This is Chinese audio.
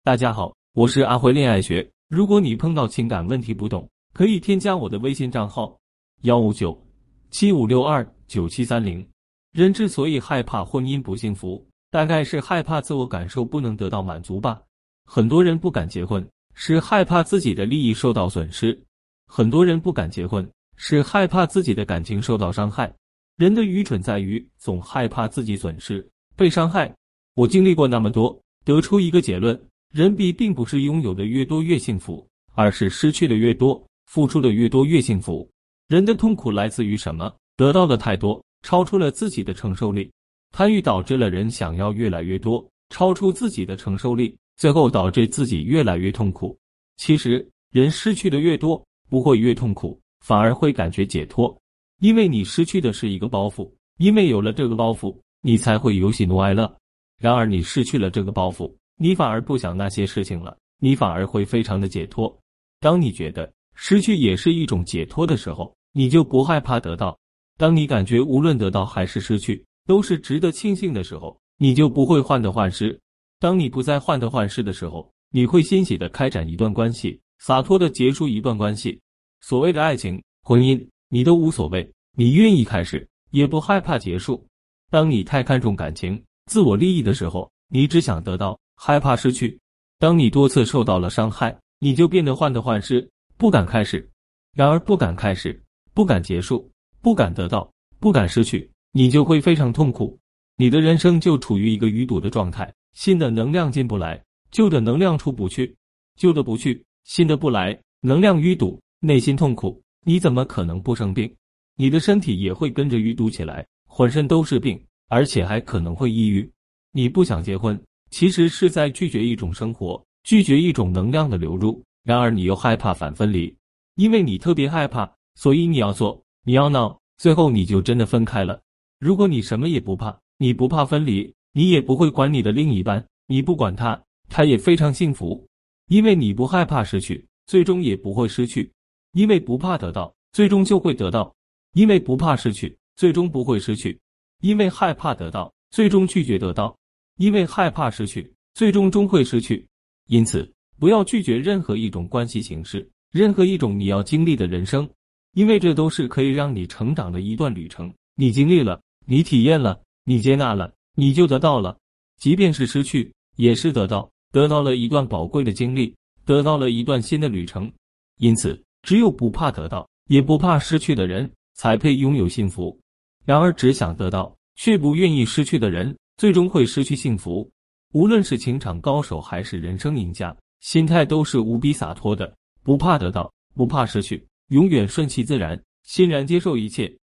大家好，我是阿辉恋爱学。如果你碰到情感问题不懂，可以添加我的微信账号15975629730。人之所以害怕婚姻不幸福，大概是害怕自我感受不能得到满足吧。很多人不敢结婚，是害怕自己的利益受到损失；很多人不敢结婚，是害怕自己的感情受到伤害。人的愚蠢在于总害怕自己损失、被伤害。我经历过那么多，得出一个结论。人并不是拥有的越多越幸福，而是失去的越多，付出的越多越幸福。人的痛苦来自于什么？得到的太多，超出了自己的承受力。贪欲导致了人想要越来越多，超出自己的承受力，最后导致自己越来越痛苦。其实，人失去的越多，不会越痛苦，反而会感觉解脱。因为你失去的是一个包袱，因为有了这个包袱，你才会有喜怒哀乐。然而你失去了这个包袱，你反而不想那些事情了，你反而会非常的解脱。当你觉得失去也是一种解脱的时候，你就不害怕得到。当你感觉无论得到还是失去都是值得庆幸的时候，你就不会患得患失。当你不再患得患失的时候，你会欣喜地开展一段关系，洒脱地结束一段关系。所谓的爱情、婚姻，你都无所谓，你愿意开始，也不害怕结束。当你太看重感情、自我利益的时候，你只想得到，害怕失去。当你多次受到了伤害，你就变得患得患失，不敢开始。然而不敢开始，不敢结束，不敢得到，不敢失去，你就会非常痛苦。你的人生就处于一个淤堵的状态，新的能量进不来，旧的能量出不去，旧的不去，新的不来，能量淤堵，内心痛苦，你怎么可能不生病？你的身体也会跟着淤堵起来，浑身都是病，而且还可能会抑郁。你不想结婚，其实是在拒绝一种生活，拒绝一种能量的流入。然而你又害怕反分离，因为你特别害怕，所以你要做，你要闹，最后你就真的分开了。如果你什么也不怕，你不怕分离，你也不会管你的另一半，你不管他，他也非常幸福。因为你不害怕失去，最终也不会失去。因为不怕得到，最终就会得到。因为不怕失去，最终不会失去。因为害怕得到，最终拒绝得到。因为害怕失去，最终终会失去。因此，不要拒绝任何一种关系形式，任何一种你要经历的人生，因为这都是可以让你成长的一段旅程。你经历了，你体验了，你接纳了，你就得到了。即便是失去，也是得到，得到了一段宝贵的经历，得到了一段新的旅程。因此，只有不怕得到，也不怕失去的人，才配拥有幸福。然而只想得到，却不愿意失去的人，最终会失去幸福。无论是情场高手还是人生赢家，心态都是无比洒脱的，不怕得到，不怕失去，永远顺其自然，欣然接受一切。